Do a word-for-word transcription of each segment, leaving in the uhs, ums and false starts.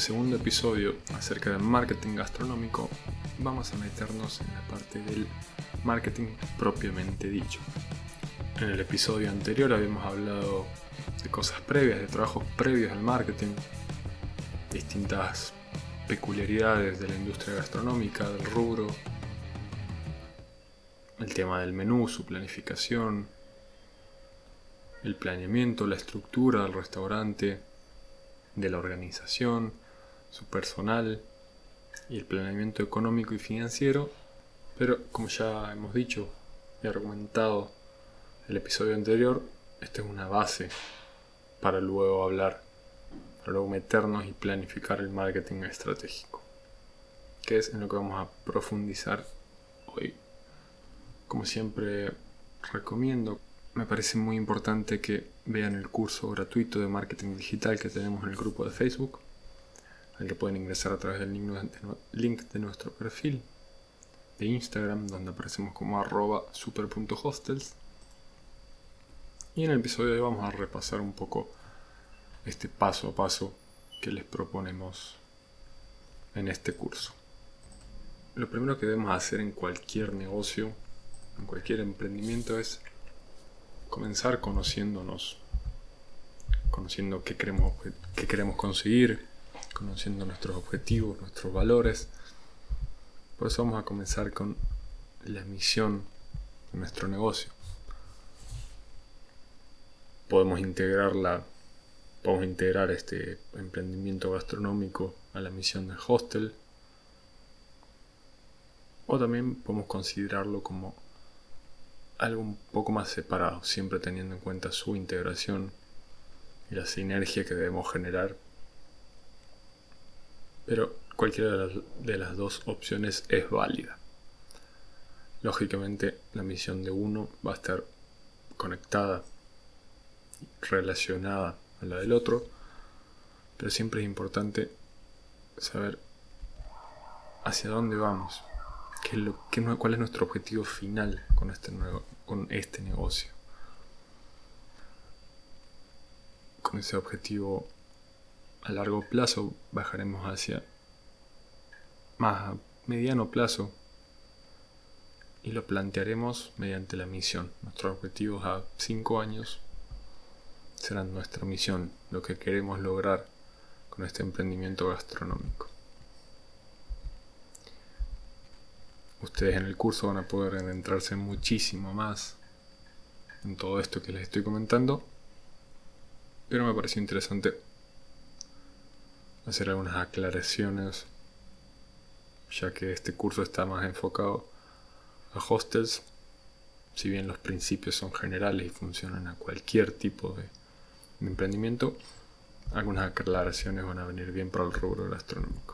segundo episodio acerca del marketing gastronómico, vamos a meternos en la parte del marketing propiamente dicho. En el episodio anterior habíamos hablado de cosas previas, de trabajos previos al marketing, distintas peculiaridades de la industria gastronómica, del rubro, el tema del menú, su planificación, el planeamiento, la estructura del restaurante, de la organización, su personal y el planeamiento económico y financiero. Pero como ya hemos dicho y argumentado en el episodio anterior, esta es una base para luego hablar, para luego meternos y planificar el marketing estratégico, que es en lo que vamos a profundizar hoy. Como siempre recomiendo, me parece muy importante que vean el curso gratuito de marketing digital que tenemos en el grupo de Facebook, al que pueden ingresar a través del link de nuestro perfil de Instagram, donde aparecemos como arroba super.hostels. Y en el episodio de hoy vamos a repasar un poco este paso a paso que les proponemos en este curso. Lo primero que debemos hacer en cualquier negocio, en cualquier emprendimiento, es comenzar conociéndonos, conociendo qué queremos, qué queremos conseguir, conociendo nuestros objetivos, nuestros valores. Por eso vamos a comenzar con la misión de nuestro negocio. Podemos integrarla, podemos integrar este emprendimiento gastronómico a la misión del hostel, o también podemos considerarlo como algo un poco más separado, siempre teniendo en cuenta su integración y la sinergia que debemos generar. Pero cualquiera de las, de las dos opciones es válida. Lógicamente, la misión de uno va a estar conectada, relacionada a la del otro, pero siempre es importante saber hacia dónde vamos. ¿Qué es lo, qué, ¿Cuál es nuestro objetivo final con este, nuevo, con este negocio? Con ese objetivo a largo plazo bajaremos hacia más a mediano plazo y lo plantearemos mediante la misión. Nuestros objetivos a cinco años serán nuestra misión, lo que queremos lograr con este emprendimiento gastronómico. Ustedes en el curso van a poder adentrarse muchísimo más en todo esto que les estoy comentando, pero me pareció interesante hacer algunas aclaraciones, ya que este curso está más enfocado a hostels. Si bien los principios son generales y funcionan a cualquier tipo de, de emprendimiento, algunas aclaraciones van a venir bien para el rubro gastronómico.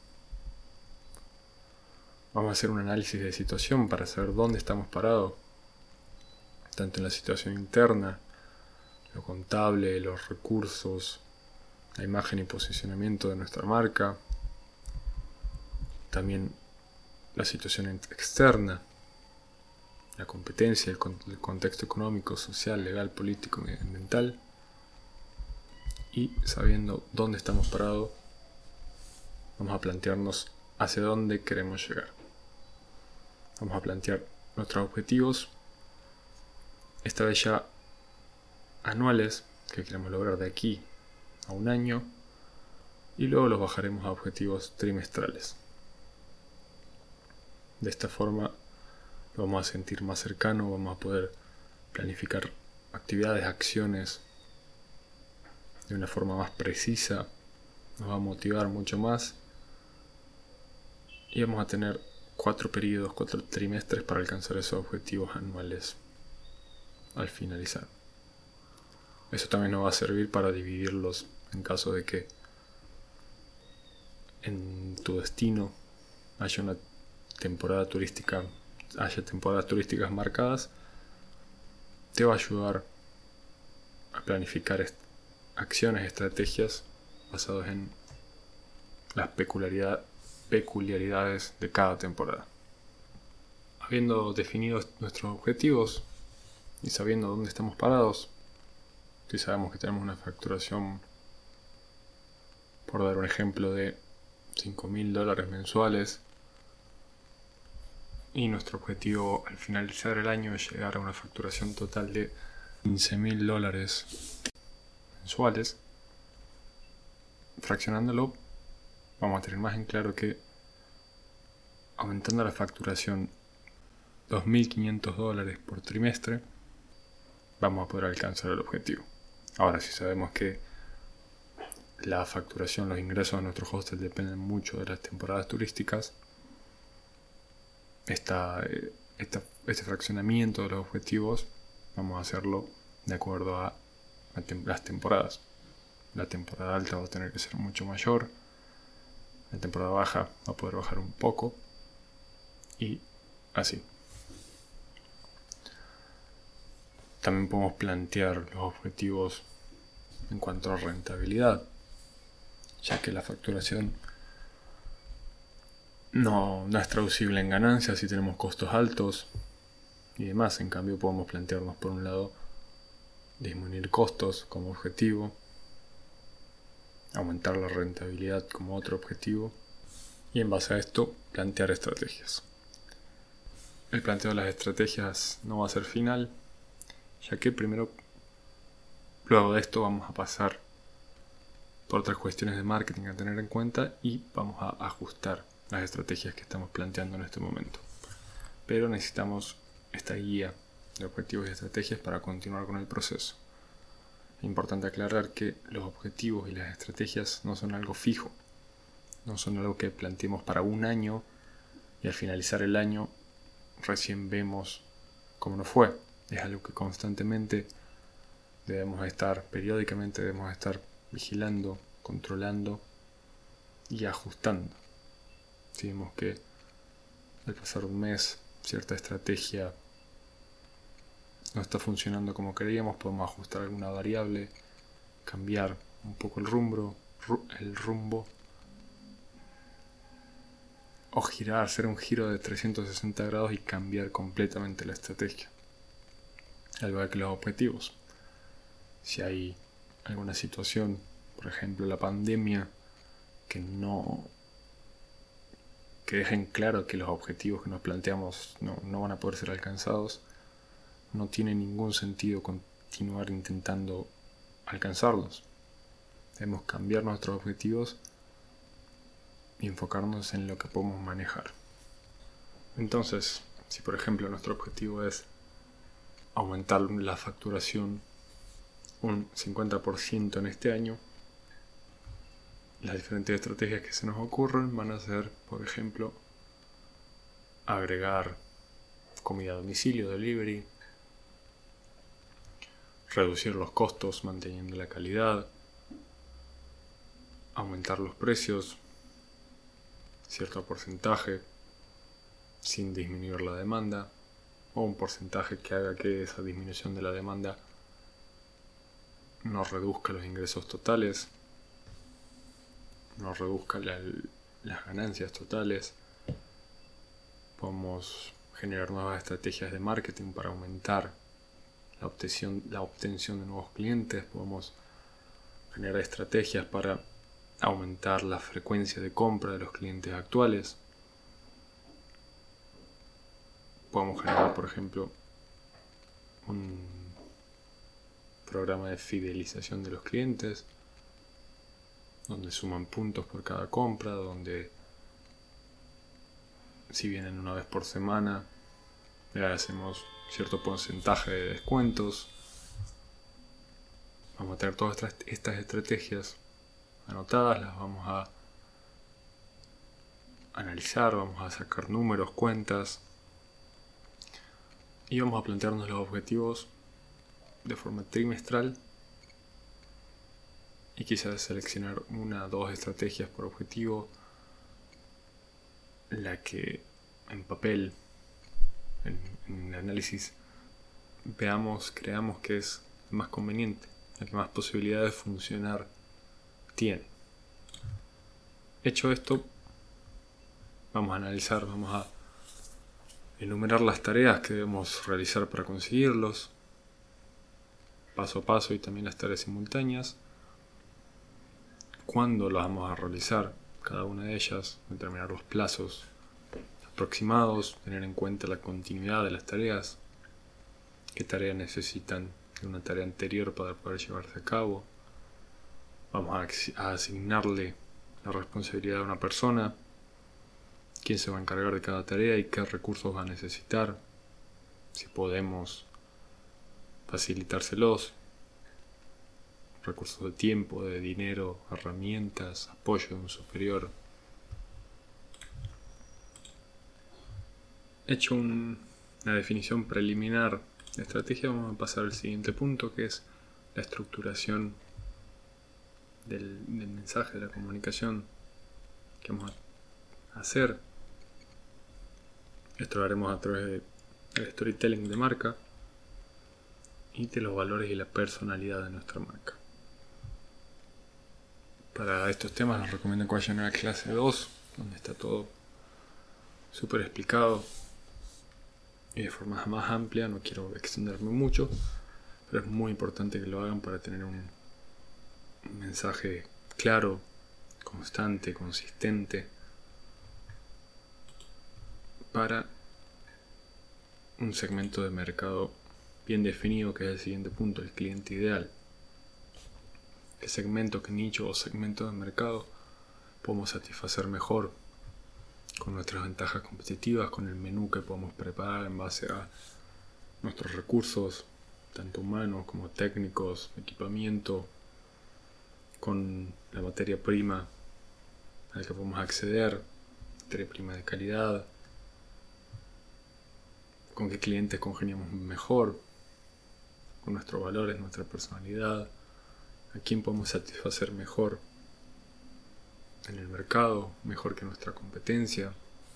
Vamos a hacer un análisis de situación para saber dónde estamos parados, tanto en la situación interna, lo contable, los recursos, la imagen y posicionamiento de nuestra marca, también la situación externa, la competencia, el, con- el contexto económico, social, legal, político, medioambiental, y sabiendo dónde estamos parados, vamos a plantearnos hacia dónde queremos llegar. Vamos a plantear nuestros objetivos, esta vez ya anuales, que queremos lograr de aquí a un año, y luego los bajaremos a objetivos trimestrales. De esta forma lo vamos a sentir más cercano, vamos a poder planificar actividades, acciones de una forma más precisa, nos va a motivar mucho más y vamos a tener cuatro periodos, cuatro trimestres para alcanzar esos objetivos anuales al finalizar. Eso también nos va a servir para dividirlos en caso de que en tu destino haya una temporada turística, haya temporadas turísticas marcadas. Te va a ayudar a planificar est- acciones, estrategias basadas en las peculiaridad, peculiaridades de cada temporada. Habiendo definido nuestros objetivos y sabiendo dónde estamos parados, si sabemos que tenemos una facturación por dar un ejemplo, de cinco mil dólares mensuales, y nuestro objetivo al finalizar el año es llegar a una facturación total de quince mil dólares mensuales. Fraccionándolo, vamos a tener más en claro que aumentando la facturación dos mil quinientos dólares por trimestre, vamos a poder alcanzar el objetivo. Ahora, si sabemos que la facturación, los ingresos de nuestro hostel dependen mucho de las temporadas turísticas, esta, esta, este fraccionamiento de los objetivos vamos a hacerlo de acuerdo a, a tem- las temporadas. La temporada alta va a tener que ser mucho mayor, la temporada baja va a poder bajar un poco, y así. También podemos plantear los objetivos en cuanto a rentabilidad, ya que la facturación no, no es traducible en ganancias si tenemos costos altos y demás. En cambio, podemos plantearnos, por un lado, disminuir costos como objetivo, aumentar la rentabilidad como otro objetivo, y en base a esto plantear estrategias. El planteo de las estrategias no va a ser final, ya que primero, luego de esto, vamos a pasar por otras cuestiones de marketing a tener en cuenta y vamos a ajustar las estrategias que estamos planteando en este momento. Pero necesitamos esta guía de objetivos y estrategias para continuar con el proceso. Es importante aclarar que los objetivos y las estrategias no son algo fijo, no son algo que planteemos para un año y al finalizar el año recién vemos cómo nos fue. Es algo que constantemente debemos estar, periódicamente debemos estar vigilando, controlando y ajustando. Si vemos que al pasar un mes cierta estrategia no está funcionando como queríamos, podemos ajustar alguna variable, cambiar un poco el rumbo, el rumbo o girar, hacer un giro de trescientos sesenta grados y cambiar completamente la estrategia. Al igual que los objetivos. Si hay alguna situación, por ejemplo la pandemia, que no que dejen claro que los objetivos que nos planteamos no, no van a poder ser alcanzados, no tiene ningún sentido continuar intentando alcanzarlos. Debemos cambiar nuestros objetivos y enfocarnos en lo que podemos manejar. Entonces, si por ejemplo nuestro objetivo es aumentar la facturación un cincuenta por ciento en este año, las diferentes estrategias que se nos ocurren van a ser, por ejemplo, agregar comida a domicilio, delivery, reducir los costos manteniendo la calidad, aumentar los precios cierto porcentaje sin disminuir la demanda, o un porcentaje que haga que esa disminución de la demanda no reduzca los ingresos totales, no reduzca la, las ganancias totales. Podemos generar nuevas estrategias de marketing para aumentar la obtención, la obtención de nuevos clientes. Podemos generar estrategias para aumentar la frecuencia de compra de los clientes actuales. Podemos generar, por ejemplo, un programa de fidelización de los clientes, donde suman puntos por cada compra, donde si vienen una vez por semana, le hacemos cierto porcentaje de descuentos. Vamos a tener todas estas, estas estrategias anotadas, las vamos a analizar, vamos a sacar números, cuentas, y vamos a plantearnos los objetivos de forma trimestral y quizás seleccionar una o dos estrategias por objetivo, la que en papel, en, en el análisis, veamos, creamos que es más conveniente, la que más posibilidades de funcionar tiene. Hecho esto, vamos a analizar, vamos a enumerar las tareas que debemos realizar para conseguirlos, paso a paso, y también las tareas simultáneas. cuándo las vamos a realizar, cada una de ellas, determinar los plazos aproximados, tener en cuenta la continuidad de las tareas, qué tareas necesitan de una tarea anterior para poder llevarse a cabo. Vamos a asignarle la responsabilidad a una persona, quién se va a encargar de cada tarea y qué recursos va a necesitar, si podemos facilitárselos, recursos de tiempo, de dinero, herramientas, apoyo de un superior. Hecho un, una definición preliminar de estrategia, vamos a pasar al siguiente punto, que es la estructuración del, del mensaje, de la comunicación que vamos a hacer. Esto lo haremos a través del storytelling de marca y de los valores y la personalidad de nuestra marca. Para estos temas les recomiendo que vayan a la clase dos, donde está todo súper explicado y de forma más amplia. No quiero extenderme mucho, pero es muy importante que lo hagan para tener un, un mensaje claro, constante, consistente, para un segmento de mercado bien definido, que es el siguiente punto, el cliente ideal. ¿Qué segmento, qué nicho o segmento de mercado podemos satisfacer mejor con nuestras ventajas competitivas, con el menú que podemos preparar en base a nuestros recursos, tanto humanos como técnicos, equipamiento, con la materia prima a la que podemos acceder, materia prima de calidad, con qué clientes congeniamos mejor, con nuestros valores, nuestra personalidad, a quién podemos satisfacer mejor en el mercado, mejor que nuestra competencia,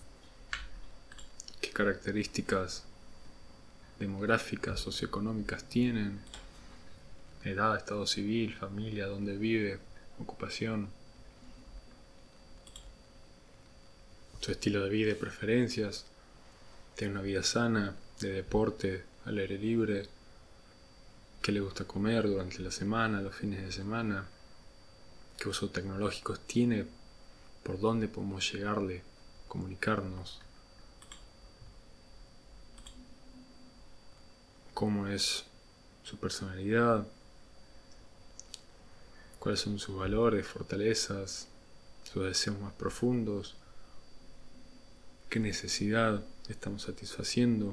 qué características demográficas, socioeconómicas tienen, edad, estado civil, familia, dónde vive, ocupación, su estilo de vida y preferencias, tiene una vida sana, de deporte, al aire libre, qué le gusta comer durante la semana, los fines de semana, qué usos tecnológicos tiene, por dónde podemos llegarle, comunicarnos, cómo es su personalidad, cuáles son sus valores, fortalezas, sus deseos más profundos, qué necesidad estamos satisfaciendo,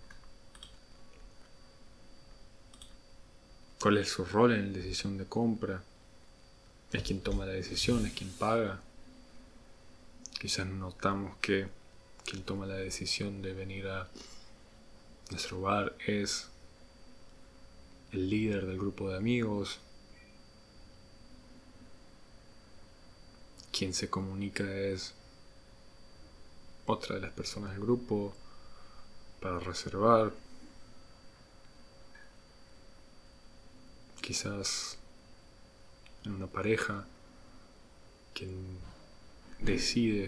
cuál es su rol en la decisión de compra, es quien toma la decisión, es quien paga. Quizás notamos que quien toma la decisión de venir a nuestro bar es el líder del grupo de amigos, quien se comunica es otra de las personas del grupo para reservar. Quizás en una pareja, quien decide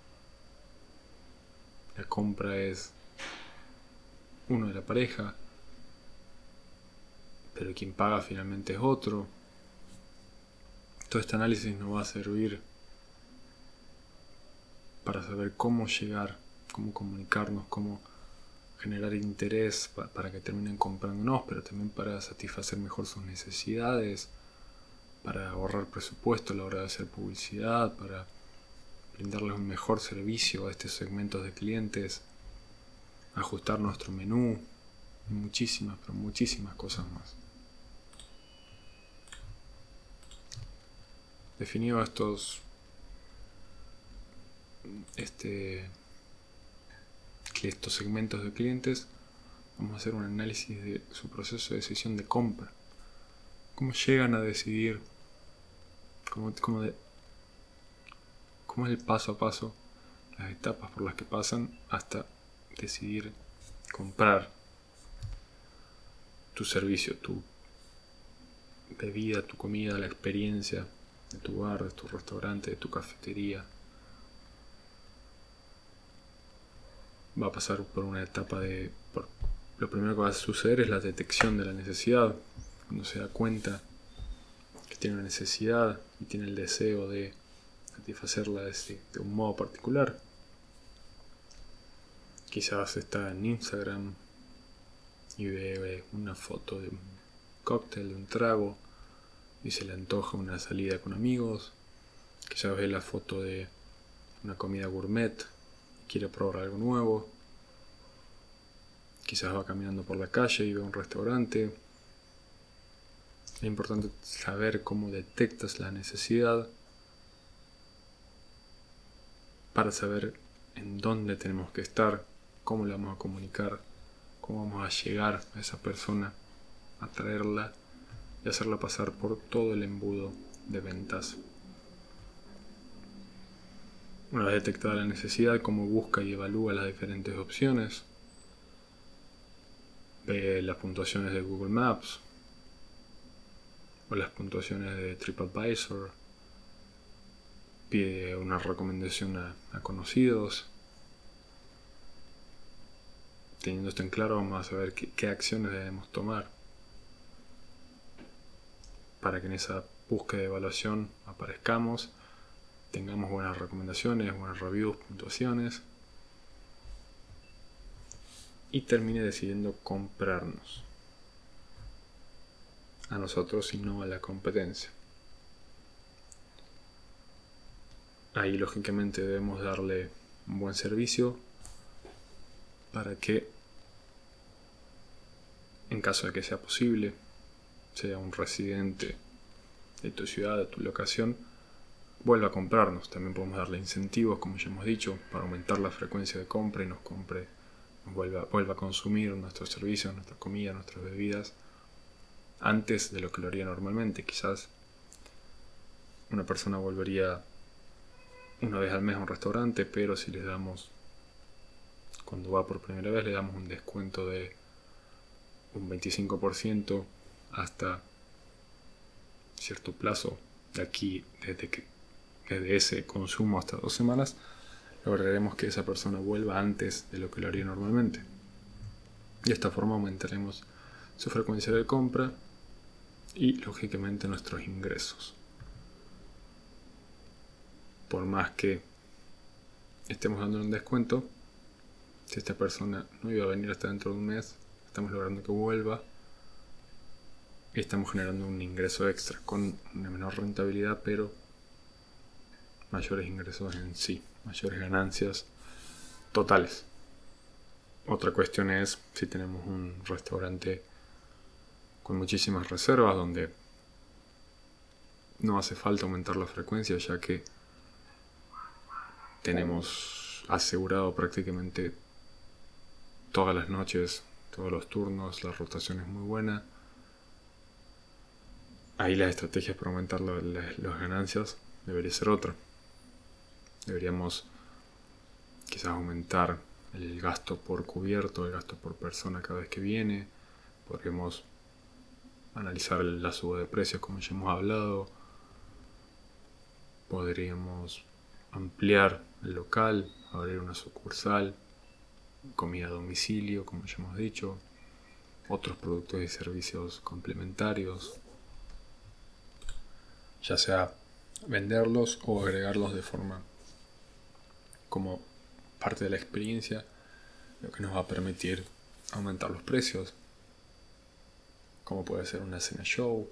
la compra es uno de la pareja, pero quien paga finalmente es otro. Todo este análisis nos va a servir para saber cómo llegar, cómo comunicarnos, cómo generar interés pa- para que terminen comprándonos, pero también para satisfacer mejor sus necesidades, para ahorrar presupuesto a la hora de hacer publicidad, para brindarles un mejor servicio a estos segmentos de clientes, ajustar nuestro menú y muchísimas, pero muchísimas cosas más. Definido estos este estos segmentos de clientes, vamos a hacer un análisis de su proceso de decisión de compra. Cómo llegan a decidir, cómo, cómo, de, cómo es el paso a paso, las etapas por las que pasan hasta decidir comprar tu servicio, tu bebida, tu comida, la experiencia de tu bar, de tu restaurante, de tu cafetería. Va a pasar por una etapa de... Por, lo primero que va a suceder es la detección de la necesidad. Cuando se da cuenta que tiene una necesidad y tiene el deseo de satisfacerla de, de un modo particular. Quizás está en Instagram y ve una foto de un cóctel, de un trago, y se le antoja una salida con amigos. Quizás ve la foto de una comida gourmet y quiere probar algo nuevo. Quizás va caminando por la calle y ve un restaurante. Es importante saber cómo detectas la necesidad para saber en dónde tenemos que estar, cómo le vamos a comunicar, cómo vamos a llegar a esa persona, atraerla y hacerla pasar por todo el embudo de ventas. Una vez detectada la necesidad, cómo busca y evalúa las diferentes opciones. Ve las puntuaciones de Google Maps o las puntuaciones de TripAdvisor. Pide una recomendación a, a conocidos. Teniendo esto en claro, vamos a saber qué, qué acciones debemos tomar para que en esa búsqueda de evaluación aparezcamos, tengamos buenas recomendaciones, buenas reviews, puntuaciones y termine decidiendo comprarnos a nosotros y no a la competencia. Ahí lógicamente debemos darle un buen servicio para que, en caso de que sea posible, sea un residente de tu ciudad, de tu locación, vuelva a comprarnos. También podemos darle incentivos, como ya hemos dicho, para aumentar la frecuencia de compra y nos compre, nos vuelva, vuelva a consumir nuestros servicios, nuestra comida, nuestras bebidas, antes de lo que lo haría normalmente. Quizás una persona volvería una vez al mes a un restaurante, pero si les damos, cuando va por primera vez, le damos un descuento de un veinticinco por ciento hasta cierto plazo, de aquí, desde que desde ese consumo hasta dos semanas, lograremos que esa persona vuelva antes de lo que lo haría normalmente. De esta forma aumentaremos su frecuencia de compra y lógicamente nuestros ingresos. Por más que estemos dando un descuento, si esta persona no iba a venir hasta dentro de un mes, estamos logrando que vuelva y estamos generando un ingreso extra con una menor rentabilidad, pero mayores ingresos en sí, mayores ganancias totales. Otra cuestión es si tenemos un restaurante con muchísimas reservas donde no hace falta aumentar la frecuencia, ya que tenemos asegurado prácticamente todas las noches, todos los turnos, la rotación es muy buena. Ahí las estrategias para aumentar la, la, las ganancias debería ser otra. Deberíamos quizás aumentar el gasto por cubierto, el gasto por persona cada vez que viene. Podríamos analizar la suba de precios como ya hemos hablado. Podríamos ampliar el local, abrir una sucursal, comida a domicilio, como ya hemos dicho, otros productos y servicios complementarios, ya sea venderlos o agregarlos de forma como parte de la experiencia, lo que nos va a permitir aumentar los precios, como puede ser una cena show.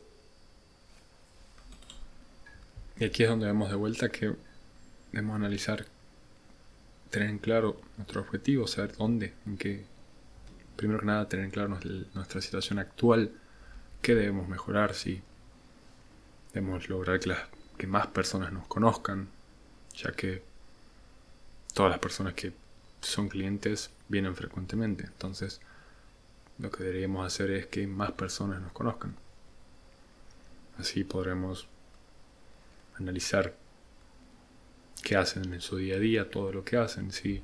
Y aquí es donde vemos de vuelta que debemos analizar, tener en claro nuestro objetivo, saber dónde, en qué, primero que nada tener en claro nuestra situación actual, qué debemos mejorar, si debemos lograr que, las, que más personas nos conozcan, ya que todas las personas que son clientes vienen frecuentemente. Entonces, lo que deberíamos hacer es que más personas nos conozcan. Así podremos analizar qué hacen en su día a día, todo lo que hacen, si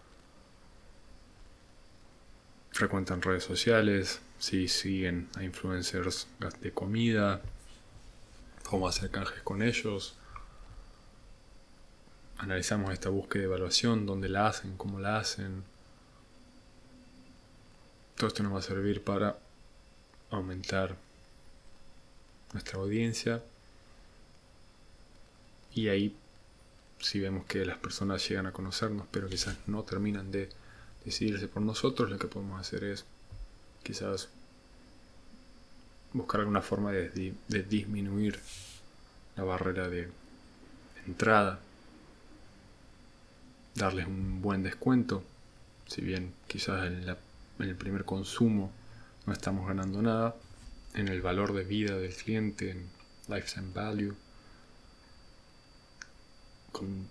frecuentan redes sociales, si siguen a influencers de comida, cómo hacer canjes con ellos. Analizamos esta búsqueda de evaluación, dónde la hacen, cómo la hacen. Todo esto nos va a servir para aumentar nuestra audiencia Y ahí, si vemos que las personas llegan a conocernos, pero quizás no terminan de decidirse por nosotros, lo que podemos hacer es quizás buscar alguna forma de, de disminuir la barrera de entrada, darles un buen descuento, si bien quizás en, la, en el primer consumo no estamos ganando nada, en el valor de vida del cliente, en lifetime value, con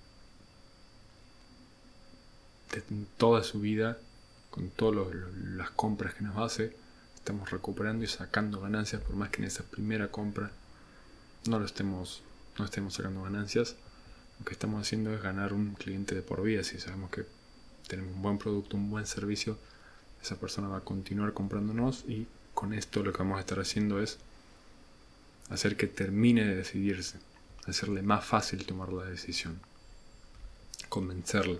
de toda su vida, con todas las compras que nos hace, estamos recuperando y sacando ganancias, por más que en esa primera compra no lo estemos, no estemos sacando ganancias. Lo que estamos haciendo es ganar un cliente de por vida. Si sabemos que tenemos un buen producto, un buen servicio, esa persona va a continuar comprándonos, y con esto lo que vamos a estar haciendo es hacer que termine de decidirse, hacerle más fácil tomar la decisión, convencerlo.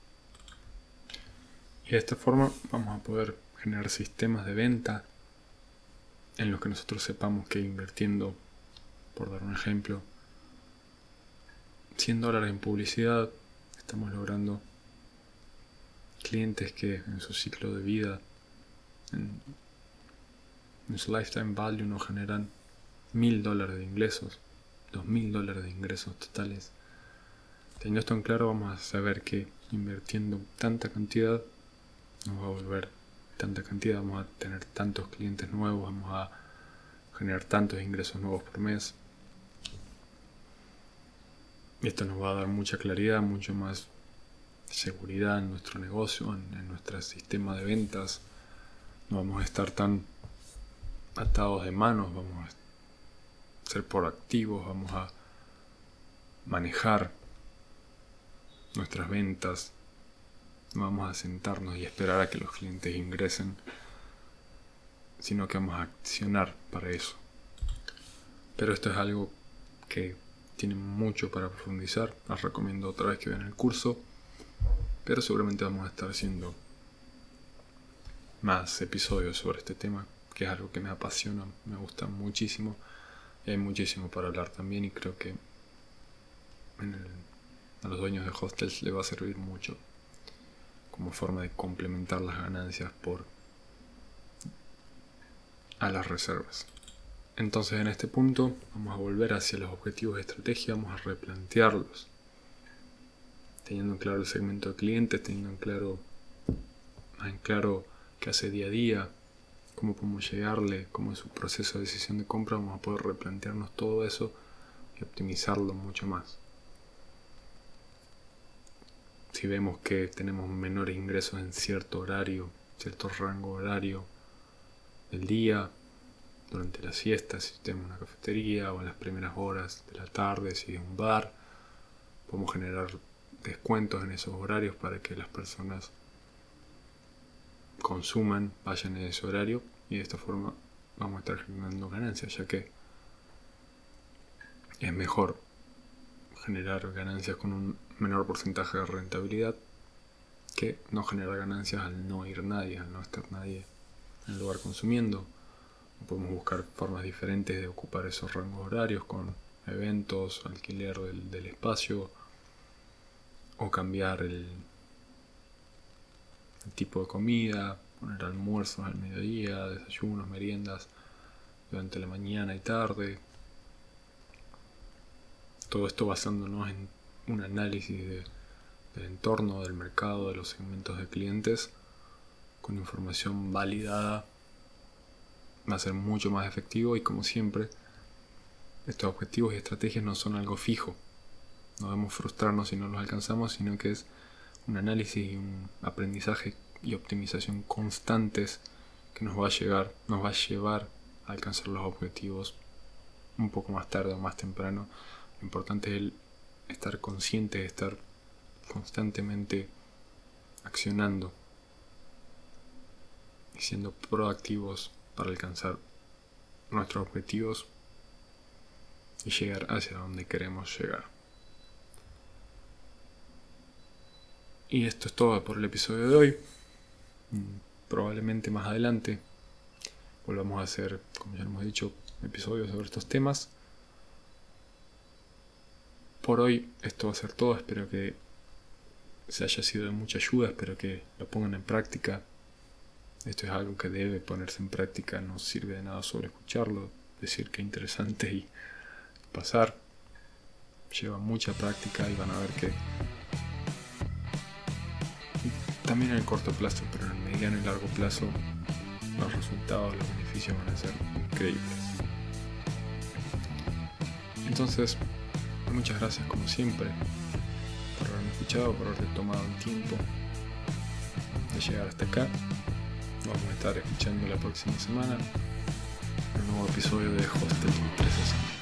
Y de esta forma vamos a poder generar sistemas de venta en los que nosotros sepamos que invirtiendo, por dar un ejemplo, cien dólares en publicidad, estamos logrando clientes que en su ciclo de vida, en, en su lifetime value, nos generan mil dólares de ingresos, dos mil dólares de ingresos totales. Teniendo esto en claro, vamos a saber que invirtiendo tanta cantidad nos va a volver tanta cantidad, vamos a tener tantos clientes nuevos, vamos a generar tantos ingresos nuevos por mes. Y esto nos va a dar mucha claridad, mucho más seguridad en nuestro negocio, en, en nuestro sistema de ventas. No vamos a estar tan atados de manos, vamos a ser proactivos, vamos a manejar nuestras ventas. No vamos a sentarnos y esperar a que los clientes ingresen, sino que vamos a accionar para eso. Pero esto es algo que tiene mucho para profundizar. Les recomiendo otra vez que vean el curso, pero seguramente vamos a estar haciendo más episodios sobre este tema, que es algo que me apasiona, me gusta muchísimo, y hay muchísimo para hablar también, y creo que en el, a los dueños de hostels les va a servir mucho como forma de complementar las ganancias por a las reservas. Entonces, en este punto vamos a volver hacia los objetivos de estrategia, vamos a replantearlos, teniendo en claro el segmento de clientes, teniendo en claro más en claro qué hace día a día, cómo podemos llegarle, cómo es su proceso de decisión de compra. Vamos a poder replantearnos todo eso y optimizarlo mucho más. Si vemos que tenemos menores ingresos en cierto horario, cierto rango horario del día, durante la siesta, si tenemos una cafetería, o en las primeras horas de la tarde, si es un bar, podemos generar descuentos en esos horarios para que las personas consuman, vayan en ese horario, y de esta forma vamos a estar generando ganancias, ya que es mejor generar ganancias con un menor porcentaje de rentabilidad que no generar ganancias al no ir nadie, al no estar nadie en el lugar consumiendo. Podemos buscar formas diferentes de ocupar esos rangos horarios, con eventos, alquiler del, del espacio, o cambiar el, el tipo de comida, poner almuerzos al mediodía, desayunos, meriendas durante la mañana y tarde. Todo esto basándonos en un análisis de, del entorno, del mercado, de los segmentos de clientes, con información validada. Va a ser mucho más efectivo, y como siempre, estos objetivos y estrategias no son algo fijo. No debemos frustrarnos si no los alcanzamos, sino que es un análisis y un aprendizaje y optimización constantes que nos va a llegar, nos va a llevar a alcanzar los objetivos un poco más tarde o más temprano. Lo importante es el estar consciente, de estar constantemente accionando y siendo proactivos para alcanzar nuestros objetivos y llegar hacia donde queremos llegar. Y esto es todo por el episodio de hoy. Probablemente más adelante volvamos a hacer, como ya hemos dicho, episodios sobre estos temas. por hoy esto va a ser todo. Espero que se haya sido de mucha ayuda, espero que lo pongan en práctica. Esto es algo que debe ponerse en práctica, no sirve de nada solo escucharlo, decir que es interesante y pasar. Lleva mucha práctica y van a ver que también en el corto plazo, pero en el mediano y largo plazo los resultados, los beneficios van a ser increíbles. Entonces, muchas gracias como siempre por haberme escuchado, por haber tomado el tiempo de llegar hasta acá. Vamos a estar escuchando la próxima semana un nuevo episodio de Hostel trescientos sesenta.